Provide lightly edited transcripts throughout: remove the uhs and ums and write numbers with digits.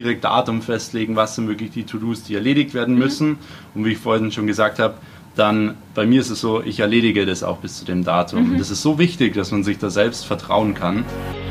direkt Datum festlegen, was sind wirklich die To-Dos, die erledigt werden müssen. Und wie ich vorhin schon gesagt habe, dann bei mir ist es so, ich erledige das auch bis zu dem Datum. Und das ist so wichtig, dass man sich da selbst vertrauen kann.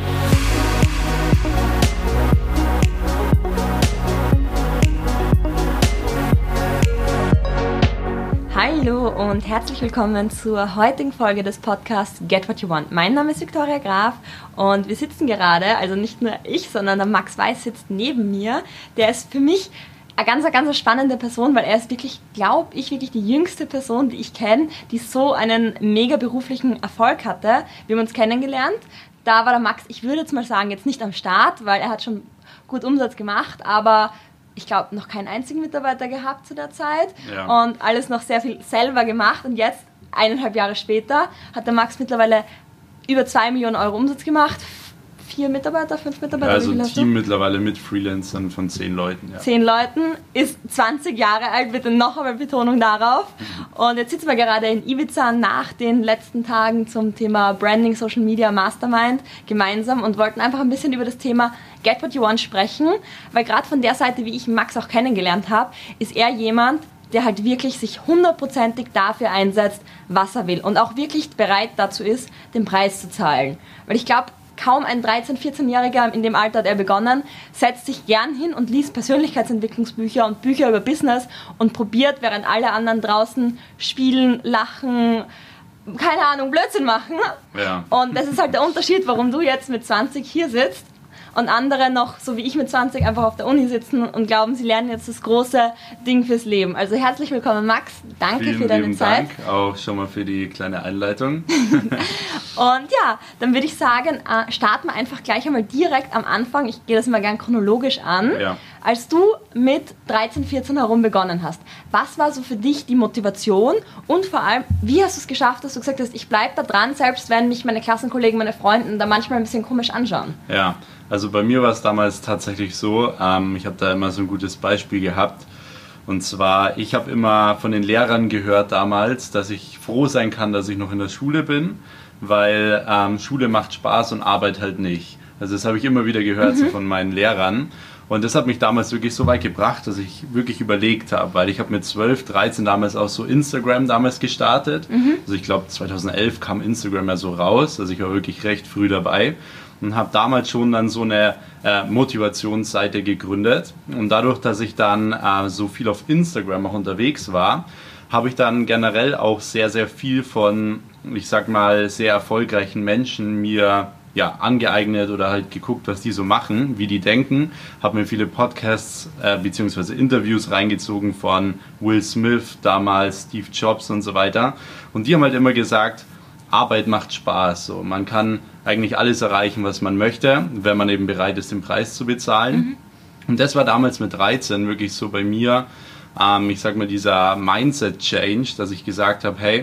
Hallo und herzlich willkommen zur heutigen Folge des Podcasts Get What You Want. Mein Name ist Viktoria Graf und wir sitzen gerade, also nicht nur ich, sondern der Max Weiß sitzt neben mir. Der ist für mich eine ganz spannende Person, weil er ist wirklich, glaube ich, wirklich die jüngste Person, die ich kenne, die so einen mega beruflichen Erfolg hatte. Wir haben uns kennengelernt. Da war der Max, ich würde jetzt mal sagen, jetzt nicht am Start, weil er hat schon gut Umsatz gemacht, aber ich glaube, noch keinen einzigen Mitarbeiter gehabt zu der Zeit und alles noch sehr viel selber gemacht. Und jetzt, 1,5 Jahre später, hat der Max mittlerweile über 2 Millionen Euro Umsatz gemacht. 4 Mitarbeiter, 5 Mitarbeiter? Also ein Team mittlerweile mit Freelancern von 10 Leuten. Ja. 10 Leuten, ist 20 Jahre alt, bitte noch einmal Betonung darauf. Und jetzt sitzen wir gerade in Ibiza nach den letzten Tagen zum Thema Branding, Social Media, Mastermind gemeinsam und wollten einfach ein bisschen über das Thema Get What You Want sprechen, weil gerade von der Seite, wie ich Max auch kennengelernt habe, ist er jemand, der halt wirklich sich 100%ig dafür einsetzt, was er will und auch wirklich bereit dazu ist, den Preis zu zahlen. Weil ich glaube, kaum ein 13-, 14-Jähriger, in dem Alter hat er begonnen, setzt sich gern hin und liest Persönlichkeitsentwicklungsbücher und Bücher über Business und probiert, während alle anderen draußen spielen, lachen, keine Ahnung, Blödsinn machen. Ja. Und das ist halt der Unterschied, warum du jetzt mit 20 hier sitzt und andere noch, so wie ich mit 20, einfach auf der Uni sitzen und glauben, sie lernen jetzt das große Ding fürs Leben. Also herzlich willkommen, Max. Danke für deine Zeit. Vielen Dank auch schon mal für die kleine Einleitung. Und ja, dann würde ich sagen, starten wir einfach gleich einmal direkt am Anfang. Ich gehe das mal gern chronologisch an. Ja. Als du mit 13, 14 herum begonnen hast, was war so für dich die Motivation und vor allem, wie hast du es geschafft, dass du gesagt hast, ich bleibe da dran, selbst wenn mich meine Klassenkollegen, meine Freunde da manchmal ein bisschen komisch anschauen? Ja, also bei mir war es damals tatsächlich so, ich habe da immer so ein gutes Beispiel gehabt. Und zwar, ich habe immer von den Lehrern gehört damals, dass ich froh sein kann, dass ich noch in der Schule bin, weil Schule macht Spaß und Arbeit halt nicht. Also das habe ich immer wieder gehört so von meinen Lehrern. Und das hat mich damals wirklich so weit gebracht, dass ich wirklich überlegt habe, weil ich habe mit 12, 13 damals auch so Instagram damals gestartet. Also ich glaube 2011 kam Instagram ja so raus, also ich war wirklich recht früh dabei und habe damals schon dann so eine Motivationsseite gegründet. Und dadurch, dass ich dann so viel auf Instagram auch unterwegs war, habe ich dann generell auch sehr, sehr viel von, ich sag mal, sehr erfolgreichen Menschen mir angeeignet oder halt geguckt, was die so machen, wie die denken. Habe mir viele Podcasts bzw. Interviews reingezogen von Will Smith damals, Steve Jobs und so weiter. Und die haben halt immer gesagt, Arbeit macht Spaß. So, man kann eigentlich alles erreichen, was man möchte, wenn man eben bereit ist, den Preis zu bezahlen. Und das war damals mit 13 wirklich so bei mir, ich sag mal, dieser Mindset-Change, dass ich gesagt habe, hey,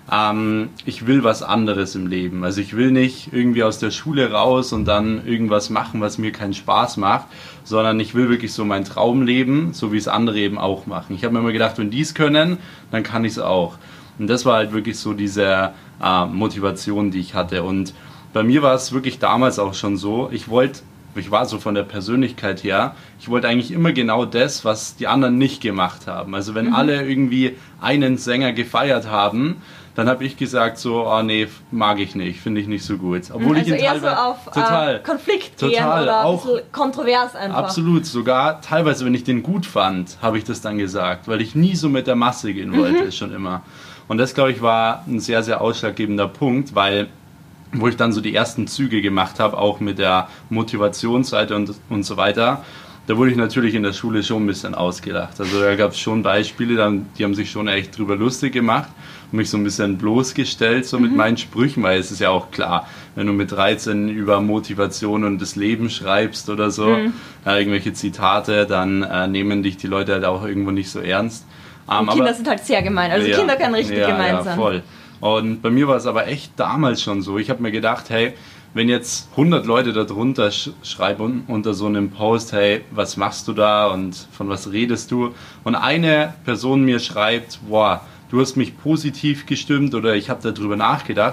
ich will was anderes im Leben. Also ich will nicht irgendwie aus der Schule raus und dann irgendwas machen, was mir keinen Spaß macht, sondern ich will wirklich so mein Traum leben, so wie es andere eben auch machen. Ich habe mir immer gedacht, wenn die es können, dann kann ich es auch. Und das war halt wirklich so diese Motivation, die ich hatte. Und bei mir war es wirklich damals auch schon so, ich war so von der Persönlichkeit her, ich wollte eigentlich immer genau das, was die anderen nicht gemacht haben. Also wenn alle irgendwie einen Sänger gefeiert haben, dann habe ich gesagt so, oh nee, mag ich nicht, finde ich nicht so gut. Obwohl also ich ihn eher so auf Konflikt gehen oder ein bisschen kontrovers einfach. Absolut, sogar teilweise, wenn ich den gut fand, habe ich das dann gesagt, weil ich nie so mit der Masse gehen wollte, schon immer. Und das, glaube ich, war ein sehr, sehr ausschlaggebender Punkt, weil wo ich dann so die ersten Züge gemacht habe, auch mit der Motivationsseite und so weiter, da wurde ich natürlich in der Schule schon ein bisschen ausgelacht. Also da gab es schon Beispiele, die haben sich schon echt drüber lustig gemacht und mich so ein bisschen bloßgestellt so mit meinen Sprüchen, weil es ist ja auch klar, wenn du mit 13 über Motivation und das Leben schreibst oder so, irgendwelche Zitate, dann nehmen dich die Leute halt auch irgendwo nicht so ernst. Und Kinder sind halt sehr gemein, also Kinder können richtig gemein sein. Ja, voll. Und bei mir war es aber echt damals schon so. Ich habe mir gedacht, hey, wenn jetzt 100 Leute da drunter schreiben unter so einem Post, hey, was machst du da und von was redest du? Und eine Person mir schreibt, boah, du hast mich positiv gestimmt oder ich habe darüber nachgedacht,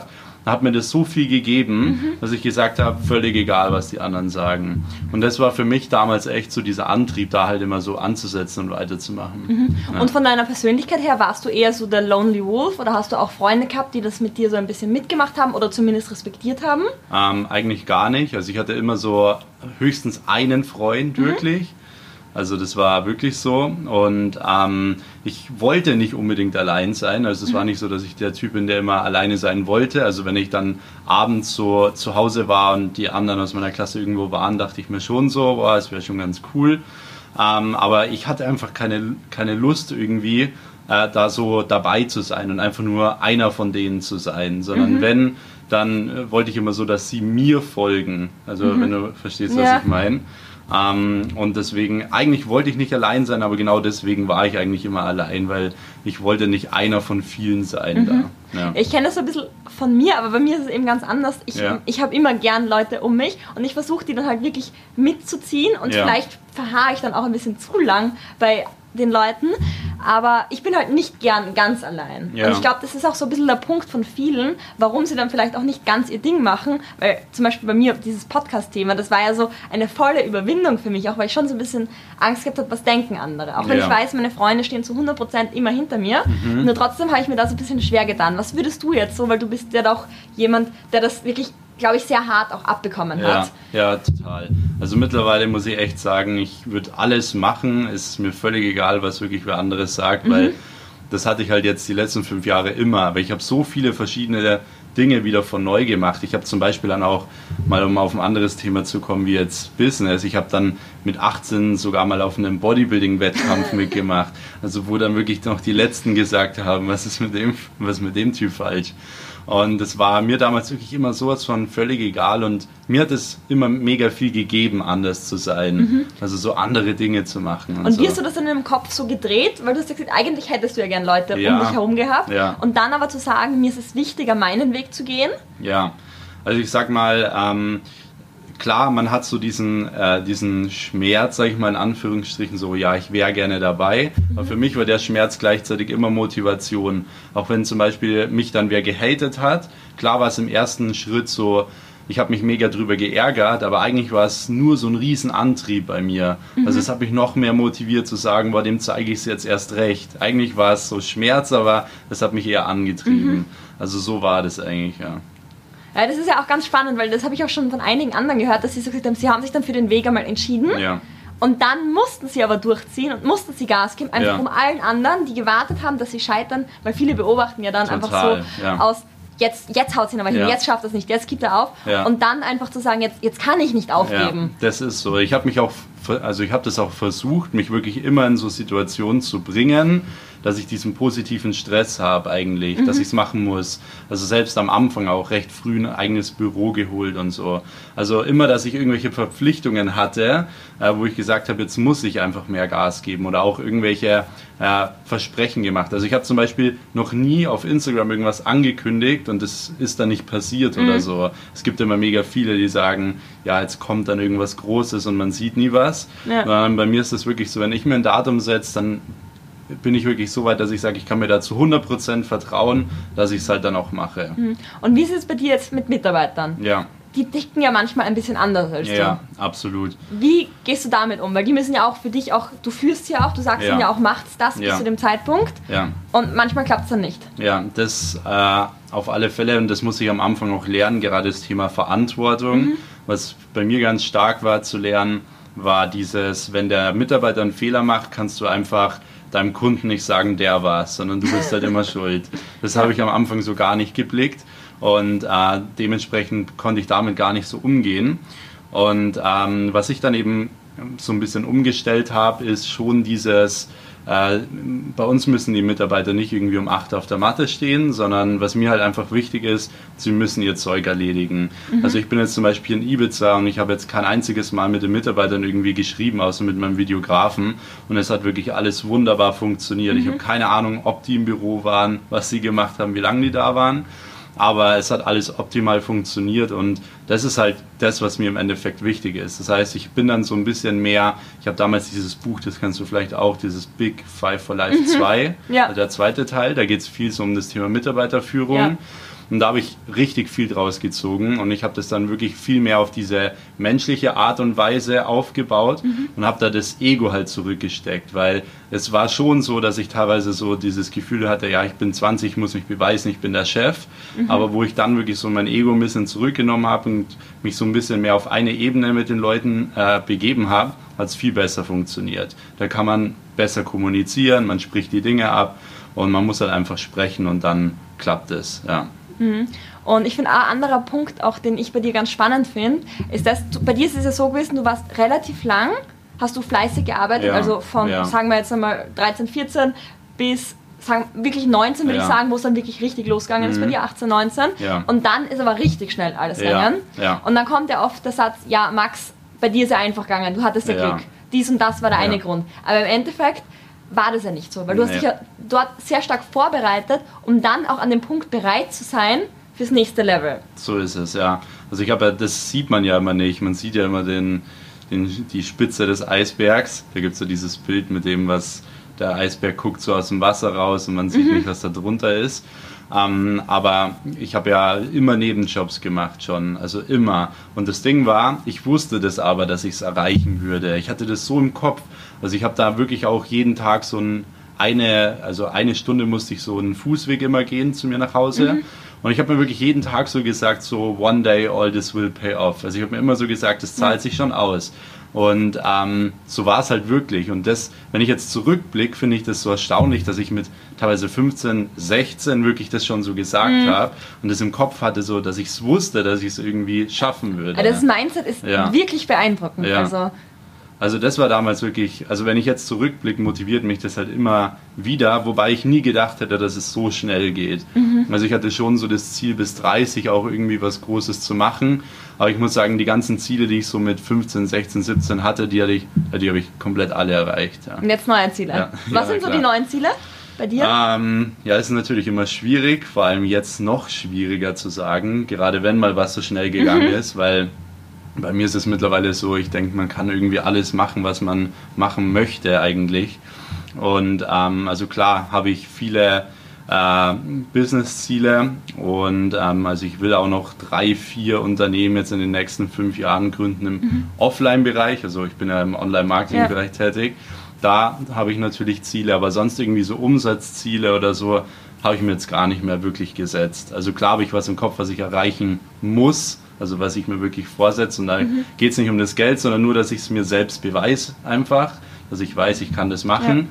hat mir das so viel gegeben, dass ich gesagt habe, völlig egal, was die anderen sagen. Und das war für mich damals echt so dieser Antrieb, da halt immer so anzusetzen und weiterzumachen. Ja. Und von deiner Persönlichkeit her, warst du eher so der Lonely Wolf oder hast du auch Freunde gehabt, die das mit dir so ein bisschen mitgemacht haben oder zumindest respektiert haben? Eigentlich gar nicht. Also ich hatte immer so höchstens einen Freund, wirklich. Also das war wirklich so und ich wollte nicht unbedingt allein sein, also es war nicht so, dass ich der Typ bin, der immer alleine sein wollte. Also wenn ich dann abends so zu Hause war und die anderen aus meiner Klasse irgendwo waren, dachte ich mir schon so, boah, es wäre schon ganz cool. Aber ich hatte einfach keine Lust irgendwie da so dabei zu sein und einfach nur einer von denen zu sein, sondern wenn, dann wollte ich immer so, dass sie mir folgen, also wenn du verstehst, was ich meine. Und deswegen, eigentlich wollte ich nicht allein sein, aber genau deswegen war ich eigentlich immer allein, weil ich wollte nicht einer von vielen sein da. Ja. Ich kenne das so ein bisschen von mir, aber bei mir ist es eben ganz anders. Ich habe immer gern Leute um mich und ich versuche die dann halt wirklich mitzuziehen und vielleicht verharre ich dann auch ein bisschen zu lang bei den Leuten, aber ich bin halt nicht gern ganz allein. Ja. Und ich glaube, das ist auch so ein bisschen der Punkt von vielen, warum sie dann vielleicht auch nicht ganz ihr Ding machen, weil zum Beispiel bei mir dieses Podcast-Thema, das war ja so eine volle Überwindung für mich, auch weil ich schon so ein bisschen Angst gehabt habe, was denken andere. Auch wenn ich weiß, meine Freunde stehen zu 100% immer hinter mir, nur trotzdem habe ich mir da so ein bisschen schwer getan. Was würdest du jetzt so, weil du bist ja doch jemand, der das wirklich, glaube ich, sehr hart auch abbekommen hat. Ja, total. Also mittlerweile muss ich echt sagen, ich würde alles machen, es ist mir völlig egal, was wirklich wer anderes sagt, weil das hatte ich halt jetzt die letzten 5 Jahre immer, aber ich habe so viele verschiedene Dinge wieder von neu gemacht. Ich habe zum Beispiel dann auch, mal um auf ein anderes Thema zu kommen, wie jetzt Business, ich habe dann mit 18 sogar mal auf einem Bodybuilding-Wettkampf mitgemacht, also wo dann wirklich noch die Letzten gesagt haben, was ist mit dem Typ falsch. Und das war mir damals wirklich immer sowas von völlig egal und mir hat es immer mega viel gegeben, anders zu sein, also so andere Dinge zu machen. Und wie hast du das dann im Kopf so gedreht? Weil du hast ja gesagt, eigentlich hättest du ja gern Leute um dich herum gehabt und dann aber zu sagen, mir ist es wichtiger, meinen Weg zu gehen? Ja, also ich sag mal, klar, man hat so diesen Schmerz, sag ich mal in Anführungsstrichen, so ja, ich wäre gerne dabei, aber für mich war der Schmerz gleichzeitig immer Motivation. Auch wenn zum Beispiel mich dann wer gehatet hat, klar war es im ersten Schritt so, ich habe mich mega drüber geärgert, aber eigentlich war es nur so ein riesen Antrieb bei mir. Also es hat mich noch mehr motiviert zu sagen, boah, dem zeige ich es jetzt erst recht. Eigentlich war es so Schmerz, aber es hat mich eher angetrieben. Also so war das eigentlich, ja. Ja, das ist ja auch ganz spannend, weil das habe ich auch schon von einigen anderen gehört, dass sie so gesagt haben, sie haben sich dann für den Weg einmal entschieden und dann mussten sie aber durchziehen und mussten sie Gas geben, einfach um allen anderen, die gewartet haben, dass sie scheitern, weil viele beobachten ja dann einfach so aus, jetzt haut es ihn aber hin, jetzt schafft er es nicht, jetzt gibt er auf und dann einfach zu sagen, jetzt kann ich nicht aufgeben. Ja, das ist so. Ich habe das auch versucht, mich wirklich immer in so Situationen zu bringen, dass ich diesen positiven Stress habe eigentlich, dass ich es machen muss. Also selbst am Anfang auch recht früh ein eigenes Büro geholt und so. Also immer, dass ich irgendwelche Verpflichtungen hatte, wo ich gesagt habe, jetzt muss ich einfach mehr Gas geben oder auch irgendwelche Versprechen gemacht. Also ich habe zum Beispiel noch nie auf Instagram irgendwas angekündigt und das ist dann nicht passiert oder so. Es gibt immer mega viele, die sagen, ja, jetzt kommt dann irgendwas Großes und man sieht nie was. Ja. Bei mir ist das wirklich so, wenn ich mir ein Datum setze, dann bin ich wirklich so weit, dass ich sage, ich kann mir da zu 100% vertrauen, dass ich es halt dann auch mache. Und wie ist es bei dir jetzt mit Mitarbeitern? Ja. Die ticken ja manchmal ein bisschen anders als du. Ja, absolut. Wie gehst du damit um? Weil die müssen ja auch für dich auch, du führst ja auch, du sagst ihnen ja auch, macht's das bis zu dem Zeitpunkt. Ja. Und manchmal klappt es dann nicht. Ja, das auf alle Fälle und das muss ich am Anfang auch lernen, gerade das Thema Verantwortung. Was bei mir ganz stark war zu lernen, war dieses, wenn der Mitarbeiter einen Fehler macht, kannst du einfach deinem Kunden nicht sagen, der war's, sondern du bist halt immer schuld. Das habe ich am Anfang so gar nicht geblickt und dementsprechend konnte ich damit gar nicht so umgehen. Und was ich dann eben so ein bisschen umgestellt habe, ist schon dieses, bei uns müssen die Mitarbeiter nicht irgendwie um 8 auf der Matte stehen, sondern was mir halt einfach wichtig ist, sie müssen ihr Zeug erledigen. Also ich bin jetzt zum Beispiel in Ibiza und ich habe jetzt kein einziges Mal mit den Mitarbeitern irgendwie geschrieben, außer mit meinem Videografen und es hat wirklich alles wunderbar funktioniert. Ich habe keine Ahnung, ob die im Büro waren, was sie gemacht haben, wie lange die da waren. Aber es hat alles optimal funktioniert und das ist halt das, was mir im Endeffekt wichtig ist. Das heißt, ich bin dann so ein bisschen mehr, ich habe damals dieses Buch, das kennst du vielleicht auch, dieses Big Five for Life 2, der zweite Teil, da geht es viel so um das Thema Mitarbeiterführung. Und da habe ich richtig viel draus gezogen und ich habe das dann wirklich viel mehr auf diese menschliche Art und Weise aufgebaut und habe da das Ego halt zurückgesteckt, weil es war schon so, dass ich teilweise so dieses Gefühl hatte, ja, ich bin 20, ich muss mich beweisen, ich bin der Chef, aber wo ich dann wirklich so mein Ego ein bisschen zurückgenommen habe und mich so ein bisschen mehr auf eine Ebene mit den Leuten begeben habe, hat es viel besser funktioniert. Da kann man besser kommunizieren, man spricht die Dinge ab und man muss halt einfach sprechen und dann klappt es, ja. Und ich finde, ein anderer Punkt, auch den ich bei dir ganz spannend finde, ist, dass bei dir ist es ja so gewesen, du warst relativ lang, hast du fleißig gearbeitet, also von, sagen wir jetzt einmal 13, 14 bis wirklich 19, würde ich sagen, wo es dann wirklich richtig losgegangen ist bei dir, 18, 19. Ja. Und dann ist aber richtig schnell alles gegangen. Ja. Und dann kommt ja oft der Satz, ja Max, bei dir ist ja einfach gegangen, du hattest ja Glück. Dies und das war der eine Grund. Aber im Endeffekt war das ja nicht so, weil du hast dich ja dort sehr stark vorbereitet, um dann auch an dem Punkt bereit zu sein fürs nächste Level. So ist es, ja. Also ich habe das sieht man ja immer nicht. Man sieht ja immer die Spitze des Eisbergs. Da gibt es so dieses Bild mit dem, was der Eisberg guckt so aus dem Wasser raus und man sieht nicht, was da drunter ist. Aber ich habe ja immer Nebenjobs gemacht schon, also immer. Und das Ding war, ich wusste das aber, dass ich es erreichen würde. Ich hatte das so im Kopf. Also ich habe da wirklich auch jeden Tag so eine Stunde musste ich so einen Fußweg immer gehen zu mir nach Hause. Und ich habe mir wirklich jeden Tag so gesagt, so one day all this will pay off. Also ich habe mir immer so gesagt, das zahlt sich schon aus. Und so war es halt wirklich. Und das, wenn ich jetzt zurückblicke, finde ich das so erstaunlich, dass ich mit teilweise 15, 16 wirklich das schon so gesagt habe und das im Kopf hatte, so, dass ich es wusste, dass ich es irgendwie schaffen würde. Das Mindset ist wirklich beeindruckend. Ja. Also das war damals wirklich, also wenn ich jetzt zurückblicke, motiviert mich das halt immer wieder, wobei ich nie gedacht hätte, dass es so schnell geht. Also ich hatte schon so das Ziel, bis 30 auch irgendwie was Großes zu machen, aber ich muss sagen, die ganzen Ziele, die ich so mit 15, 16, 17 hatte, die habe ich komplett alle erreicht. Ja. Und jetzt neue Ziele. Ja. Was sind so die neuen Ziele bei dir? Ja, ist natürlich immer schwierig, vor allem jetzt noch schwieriger zu sagen, gerade wenn mal was so schnell gegangen ist, weil bei mir ist es mittlerweile so, ich denke, man kann irgendwie alles machen, was man machen möchte eigentlich. Und also klar habe ich viele Business-Ziele und also ich will auch noch 3, 4 Unternehmen jetzt in den nächsten 5 Jahren gründen im Offline-Bereich. Also ich bin ja im Online-Marketing-Bereich tätig. Da habe ich natürlich Ziele, aber sonst irgendwie so Umsatzziele oder so habe ich mir jetzt gar nicht mehr wirklich gesetzt. Also klar habe ich was im Kopf, was ich erreichen muss, also was ich mir wirklich vorsetze. Und da geht es nicht um das Geld, sondern nur, dass ich es mir selbst beweise einfach, dass ich weiß, ich kann das machen.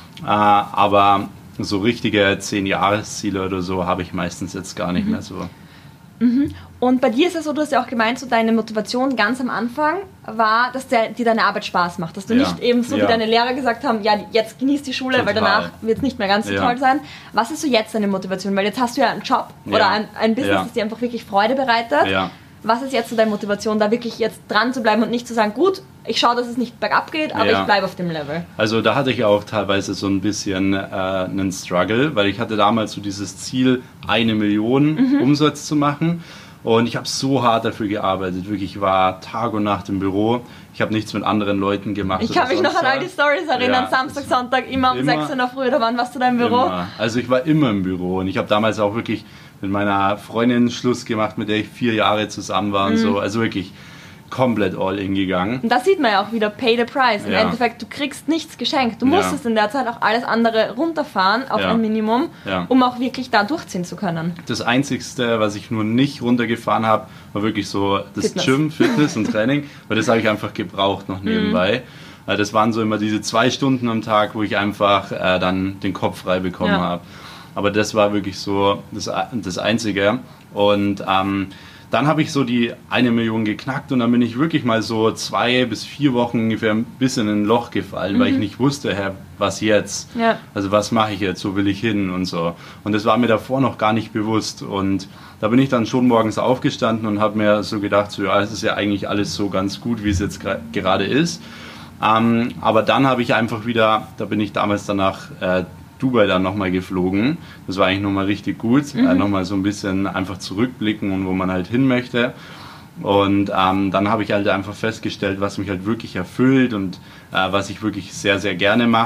Aber so richtige 10-Jahres-Ziele oder so habe ich meistens jetzt gar nicht mehr so. Und bei dir ist es so, du hast ja auch gemeint, so deine Motivation ganz am Anfang war, dass dir deine Arbeit Spaß macht. Dass du nicht eben so wie deine Lehrer gesagt haben, ja, jetzt genieß die Schule, weil danach wird es nicht mehr ganz so toll sein. Was ist so jetzt deine Motivation? Weil jetzt hast du ja einen Job oder ein Business, das dir einfach wirklich Freude bereitet. Was ist jetzt so deine Motivation, da wirklich jetzt dran zu bleiben und nicht zu sagen, gut, ich schaue, dass es nicht bergab geht, aber ich bleibe auf dem Level? Also da hatte ich auch teilweise so ein bisschen einen Struggle, weil ich hatte damals so dieses Ziel, 1 Million Umsatz zu machen. Und ich habe so hart dafür gearbeitet, wirklich, ich war Tag und Nacht im Büro. Ich habe nichts mit anderen Leuten gemacht. Ich kann mich noch an all die Stories erinnern, Samstag, Sonntag, immer um 6 Uhr in der Früh, oder wann warst du da im Büro? Immer. Also ich war immer im Büro und ich habe damals auch wirklich mit meiner Freundin Schluss gemacht, mit der ich 4 Jahre zusammen war und so. Also wirklich komplett all in gegangen. Und da sieht man ja auch wieder, pay the price. Im Endeffekt, du kriegst nichts geschenkt. Du musstest in der Zeit auch alles andere runterfahren auf ein Minimum, um auch wirklich da durchziehen zu können. Das Einzigste, was ich nur nicht runtergefahren habe, war wirklich so das Gym, Fitness und Training, weil das habe ich einfach gebraucht noch nebenbei. Das waren so immer diese 2 Stunden am Tag, wo ich einfach dann den Kopf frei bekommen habe. Aber das war wirklich so das Einzige. Und dann habe ich so die 1 Million geknackt und dann bin ich wirklich mal so 2 bis 4 Wochen ungefähr ein bisschen in ein Loch gefallen, weil ich nicht wusste, was jetzt? Also was mache ich jetzt? Wo will ich hin und so. Und das war mir davor noch gar nicht bewusst. Und da bin ich dann schon morgens aufgestanden und habe mir so gedacht, so, ja, es ist ja eigentlich alles so ganz gut, wie es jetzt gerade ist. Aber dann habe ich einfach wieder, da bin ich damals danach Dubai dann nochmal geflogen. Das war eigentlich nochmal richtig gut. Nochmal so ein bisschen einfach zurückblicken und wo man halt hin möchte. Und dann habe ich halt einfach festgestellt, was mich halt wirklich erfüllt und was ich wirklich sehr, sehr gerne mache.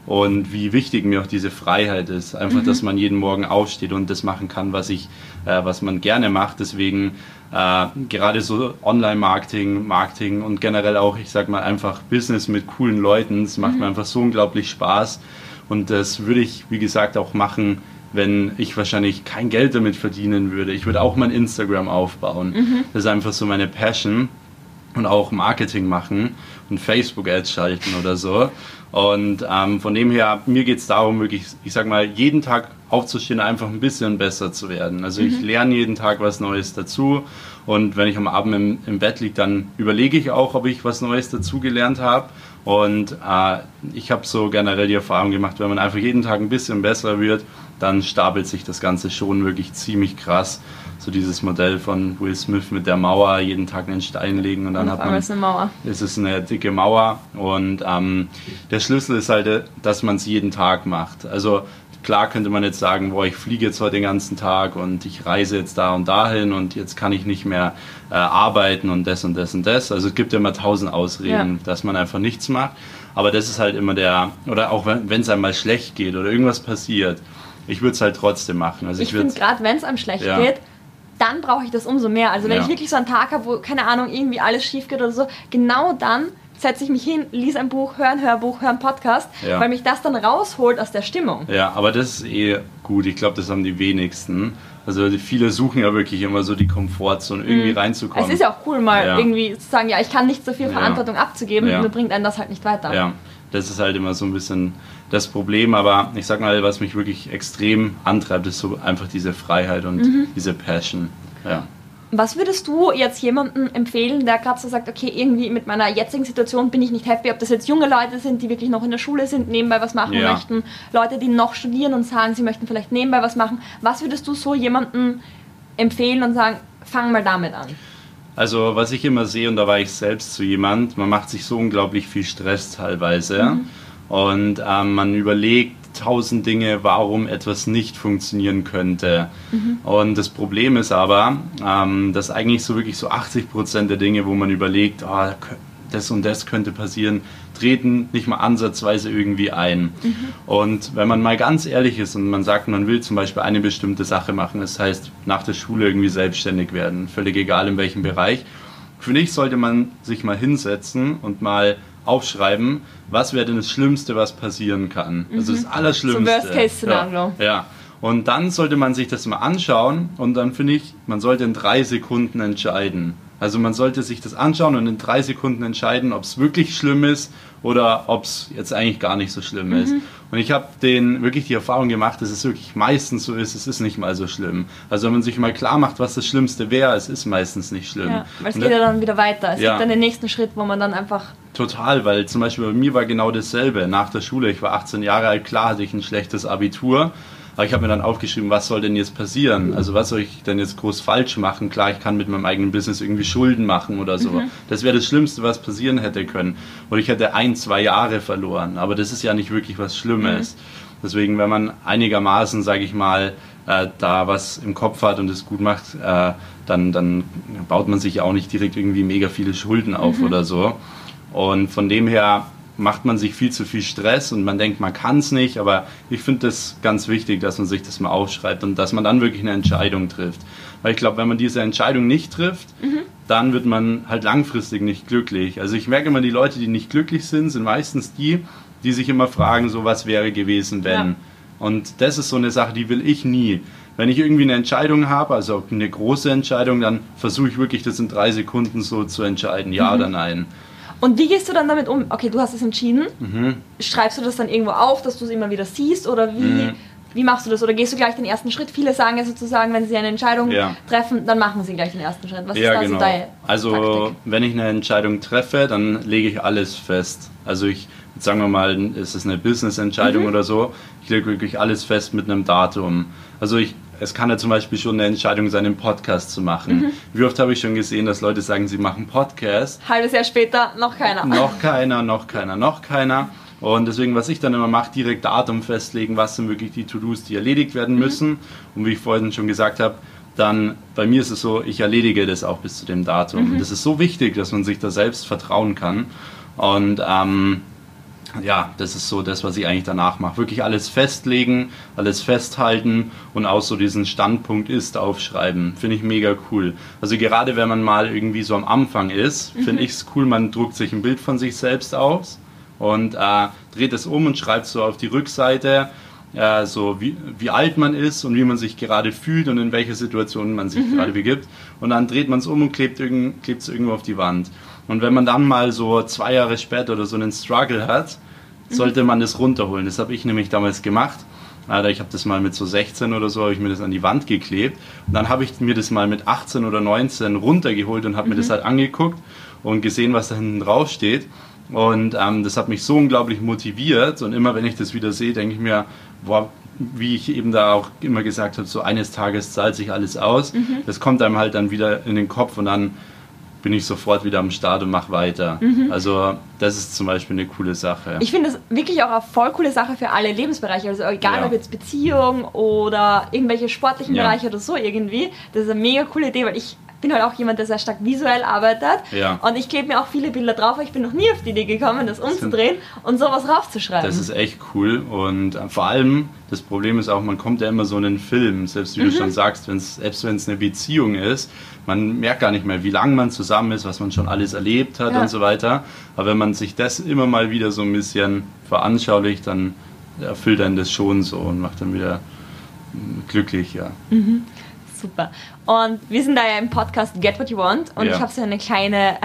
und wie wichtig mir auch diese Freiheit ist. Einfach, dass man jeden Morgen aufsteht und das machen kann, was man gerne macht. Deswegen gerade so Online-Marketing, Marketing und generell auch, ich sag mal, einfach Business mit coolen Leuten, das macht mir einfach so unglaublich Spaß. Und das würde ich, wie gesagt, auch machen, wenn ich wahrscheinlich kein Geld damit verdienen würde. Ich würde auch mein Instagram aufbauen. Das ist einfach so meine Passion. Und auch Marketing machen und Facebook-Ads schalten oder so. Und von dem her, mir geht es darum, wirklich, ich sag mal, jeden Tag aufzustehen, einfach ein bisschen besser zu werden. Also ich lerne jeden Tag was Neues dazu. Und wenn ich am Abend im Bett liege, dann überlege ich auch, ob ich was Neues dazugelernt habe. Und ich habe so generell die Erfahrung gemacht, wenn man einfach jeden Tag ein bisschen besser wird, dann stapelt sich das Ganze schon wirklich ziemlich krass. So dieses Modell von Will Smith mit der Mauer, jeden Tag einen Stein legen und dann hat man, ist es eine dicke Mauer. Und der Schlüssel ist halt, dass man es jeden Tag macht. Also klar könnte man jetzt sagen, boah, ich fliege jetzt heute den ganzen Tag und ich reise jetzt da und dahin und jetzt kann ich nicht mehr arbeiten und das und das und das. Also es gibt ja immer 1000 Ausreden, dass man einfach nichts macht. Aber das ist halt immer oder auch wenn es einem mal schlecht geht oder irgendwas passiert, ich würde es halt trotzdem machen. Also ich finde gerade, wenn es einem schlecht geht, dann brauche ich das umso mehr. Also wenn ich wirklich so einen Tag habe, wo, keine Ahnung, irgendwie alles schief geht oder so, genau dann setze ich mich hin, lese ein Buch, höre ein Hörbuch, höre einen Podcast, weil mich das dann rausholt aus der Stimmung. Ja, aber das ist gut. Ich glaube, das haben die wenigsten. Also viele suchen ja wirklich immer so die Komfortzone, irgendwie reinzukommen. Es ist ja auch cool, mal irgendwie zu sagen, ja, ich kann nicht so viel Verantwortung abzugeben, nur bringt einen das halt nicht weiter. Ja, das ist halt immer so ein bisschen das Problem, aber ich sag mal, was mich wirklich extrem antreibt, ist so einfach diese Freiheit und diese Passion. Ja. Was würdest du jetzt jemandem empfehlen, der gerade so sagt, okay, irgendwie mit meiner jetzigen Situation bin ich nicht happy, ob das jetzt junge Leute sind, die wirklich noch in der Schule sind, nebenbei was machen möchten, Leute, die noch studieren und sagen, sie möchten vielleicht nebenbei was machen. Was würdest du so jemandem empfehlen und sagen, fang mal damit an? Also was ich immer sehe, und da war ich selbst so jemand, man macht sich so unglaublich viel Stress teilweise und man überlegt 1000 Dinge, warum etwas nicht funktionieren könnte. Und das Problem ist aber, dass eigentlich so wirklich so 80% der Dinge, wo man überlegt, das und das könnte passieren, treten nicht mal ansatzweise irgendwie ein. Und wenn man mal ganz ehrlich ist und man sagt, man will zum Beispiel eine bestimmte Sache machen, das heißt nach der Schule irgendwie selbstständig werden, völlig egal in welchem Bereich, finde ich, sollte man sich mal hinsetzen und mal aufschreiben, was wäre denn das Schlimmste, was passieren kann. Also das Allerschlimmste. So Worst-Case-Szenario. Ja. Und dann sollte man sich das mal anschauen und dann finde ich, man sollte in 3 Sekunden entscheiden. Also man sollte sich das anschauen und in 3 Sekunden entscheiden, ob es wirklich schlimm ist oder ob es jetzt eigentlich gar nicht so schlimm ist. Und ich habe wirklich die Erfahrung gemacht, dass es wirklich meistens so ist, es ist nicht mal so schlimm. Also wenn man sich mal klar macht, was das Schlimmste wäre, es ist meistens nicht schlimm. Ja, weil es geht ja dann wieder weiter. Es gibt dann den nächsten Schritt, wo man dann einfach... Total, weil zum Beispiel bei mir war genau dasselbe. Nach der Schule, ich war 18 Jahre alt, klar hatte ich ein schlechtes Abitur. Aber ich habe mir dann aufgeschrieben, was soll denn jetzt passieren? Also was soll ich denn jetzt groß falsch machen? Klar, ich kann mit meinem eigenen Business irgendwie Schulden machen oder so. Das wäre das Schlimmste, was passieren hätte können. Und ich hätte 1-2 Jahre verloren. Aber das ist ja nicht wirklich was Schlimmes. Deswegen, wenn man einigermaßen, sage ich mal, da was im Kopf hat und es gut macht, dann baut man sich ja auch nicht direkt irgendwie mega viele Schulden auf oder so. Und von dem her macht man sich viel zu viel Stress und man denkt, man kann es nicht, aber ich finde das ganz wichtig, dass man sich das mal aufschreibt und dass man dann wirklich eine Entscheidung trifft. Weil ich glaube, wenn man diese Entscheidung nicht trifft, dann wird man halt langfristig nicht glücklich. Also ich merke immer, die Leute, die nicht glücklich sind meistens die sich immer fragen, so was wäre gewesen, wenn. Ja. Und das ist so eine Sache, die will ich nie. Wenn ich irgendwie eine Entscheidung habe, also eine große Entscheidung, dann versuche ich wirklich das in 3 Sekunden so zu entscheiden, ja oder nein. Und wie gehst du dann damit um? Okay, du hast es entschieden. Schreibst du das dann irgendwo auf, dass du es immer wieder siehst? Oder wie machst du das? Oder gehst du gleich den ersten Schritt? Viele sagen ja sozusagen, wenn sie eine Entscheidung treffen, dann machen sie gleich den ersten Schritt. Was ist da so deine Taktik? Wenn ich eine Entscheidung treffe, dann lege ich alles fest. Also sagen wir mal, es ist eine Business-Entscheidung oder so, ich lege wirklich alles fest mit einem Datum. Also es kann ja zum Beispiel schon eine Entscheidung sein, einen Podcast zu machen. Wie oft habe ich schon gesehen, dass Leute sagen, sie machen Podcast. Halbes Jahr später, noch keiner. Noch keiner. Und deswegen, was ich dann immer mache, direkt Datum festlegen, was sind wirklich die To-Dos, die erledigt werden müssen. Und wie ich vorhin schon gesagt habe, dann bei mir ist es so, ich erledige das auch bis zu dem Datum. Das ist so wichtig, dass man sich da selbst vertrauen kann. Und ja, das ist so das, was ich eigentlich danach mache. Wirklich alles festlegen, alles festhalten und auch so diesen Standpunkt ist aufschreiben. Finde ich mega cool. Also gerade wenn man mal irgendwie so am Anfang ist, finde ich es cool, man druckt sich ein Bild von sich selbst aus und dreht es um und schreibt so auf die Rückseite, so wie alt man ist und wie man sich gerade fühlt und in welche Situation man sich gerade begibt. Und dann dreht man es um und klebt es irgendwo auf die Wand. Und wenn man dann mal so 2 Jahre später oder so einen Struggle hat, sollte man das runterholen. Das habe ich nämlich damals gemacht. Ich habe das mal mit so 16 oder so, habe ich mir das an die Wand geklebt. Und dann habe ich mir das mal mit 18 oder 19 runtergeholt und habe mir das halt angeguckt und gesehen, was da hinten drauf steht. Und das hat mich so unglaublich motiviert. Und immer wenn ich das wieder sehe, denke ich mir, boah, wie ich eben da auch immer gesagt habe, so eines Tages zahlt sich alles aus. Das kommt einem halt dann wieder in den Kopf und dann bin ich sofort wieder am Start und mache weiter. Also das ist zum Beispiel eine coole Sache. Ich finde das wirklich auch eine voll coole Sache für alle Lebensbereiche. Also egal ob jetzt Beziehung oder irgendwelche sportlichen Bereiche oder so irgendwie. Das ist eine mega coole Idee, weil ich bin halt auch jemand, der sehr stark visuell arbeitet. Und ich klebe mir auch viele Bilder drauf, aber ich bin noch nie auf die Idee gekommen, das umzudrehen und sowas raufzuschreiben. Das ist echt cool und vor allem, das Problem ist auch, man kommt ja immer so in einen Film, selbst wie du schon sagst, selbst wenn es eine Beziehung ist, man merkt gar nicht mehr, wie lange man zusammen ist, was man schon alles erlebt hat und so weiter. Aber wenn man sich das immer mal wieder so ein bisschen veranschaulicht, dann erfüllt einen das schon so und macht dann wieder glücklich, Super. Und wir sind da ja im Podcast Get What You Want und ich habe so ein kleines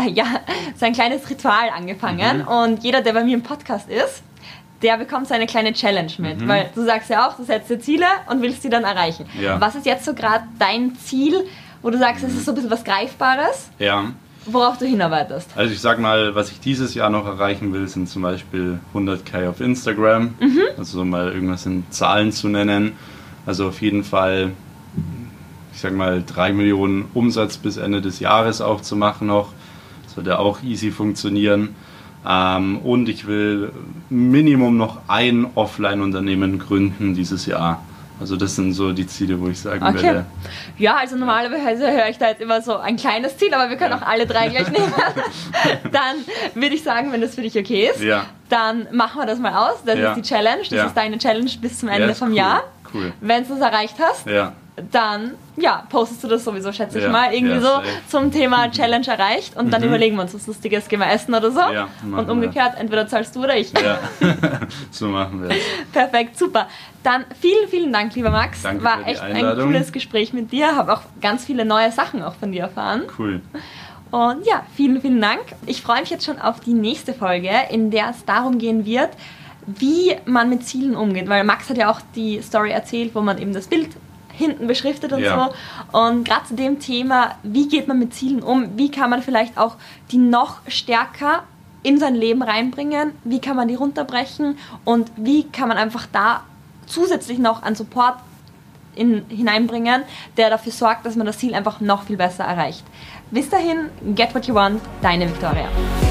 Ritual angefangen und jeder, der bei mir im Podcast ist, der bekommt so eine kleine Challenge mit, weil du sagst ja auch, du setzt dir Ziele und willst die dann erreichen. Was ist jetzt so gerade dein Ziel, wo du sagst, es ist so ein bisschen was Greifbares, worauf du hinarbeitest? Also ich sag mal, was ich dieses Jahr noch erreichen will, sind zum Beispiel 100.000 auf Instagram, also so mal irgendwas in Zahlen zu nennen, also auf jeden Fall, ich sag mal 3 Millionen Umsatz bis Ende des Jahres auch zu machen noch, das sollte auch easy funktionieren. Und ich will Minimum noch ein Offline-Unternehmen gründen dieses Jahr. Also das sind so die Ziele, wo ich sagen werde. Ja, also normalerweise höre ich da jetzt immer so ein kleines Ziel, aber wir können auch alle 3 gleich nehmen. Dann würde ich sagen, wenn das für dich okay ist, dann machen wir das mal aus. Das ist die Challenge, das ist deine Challenge bis zum Ende vom Jahr. Cool. Wenn du es erreicht hast, dann postest du das sowieso, schätze ich mal, irgendwie so zum Thema Challenge erreicht und dann überlegen wir uns was Lustiges, gehen wir essen oder so und umgekehrt, entweder zahlst du oder ich. So machen wir es. Perfekt, super. Dann vielen, vielen Dank, lieber Max. Danke war echt ein cooles Gespräch mit dir, habe auch ganz viele neue Sachen auch von dir erfahren. Cool. Und ja, vielen, vielen Dank. Ich freue mich jetzt schon auf die nächste Folge, in der es darum gehen wird, wie man mit Zielen umgeht, weil Max hat ja auch die Story erzählt, wo man eben das Bild hinten beschriftet und so. Und gerade zu dem Thema, wie geht man mit Zielen um, wie kann man vielleicht auch die noch stärker in sein Leben reinbringen, wie kann man die runterbrechen und wie kann man einfach da zusätzlich noch an Support hineinbringen, der dafür sorgt, dass man das Ziel einfach noch viel besser erreicht. Bis dahin, get what you want, deine Victoria.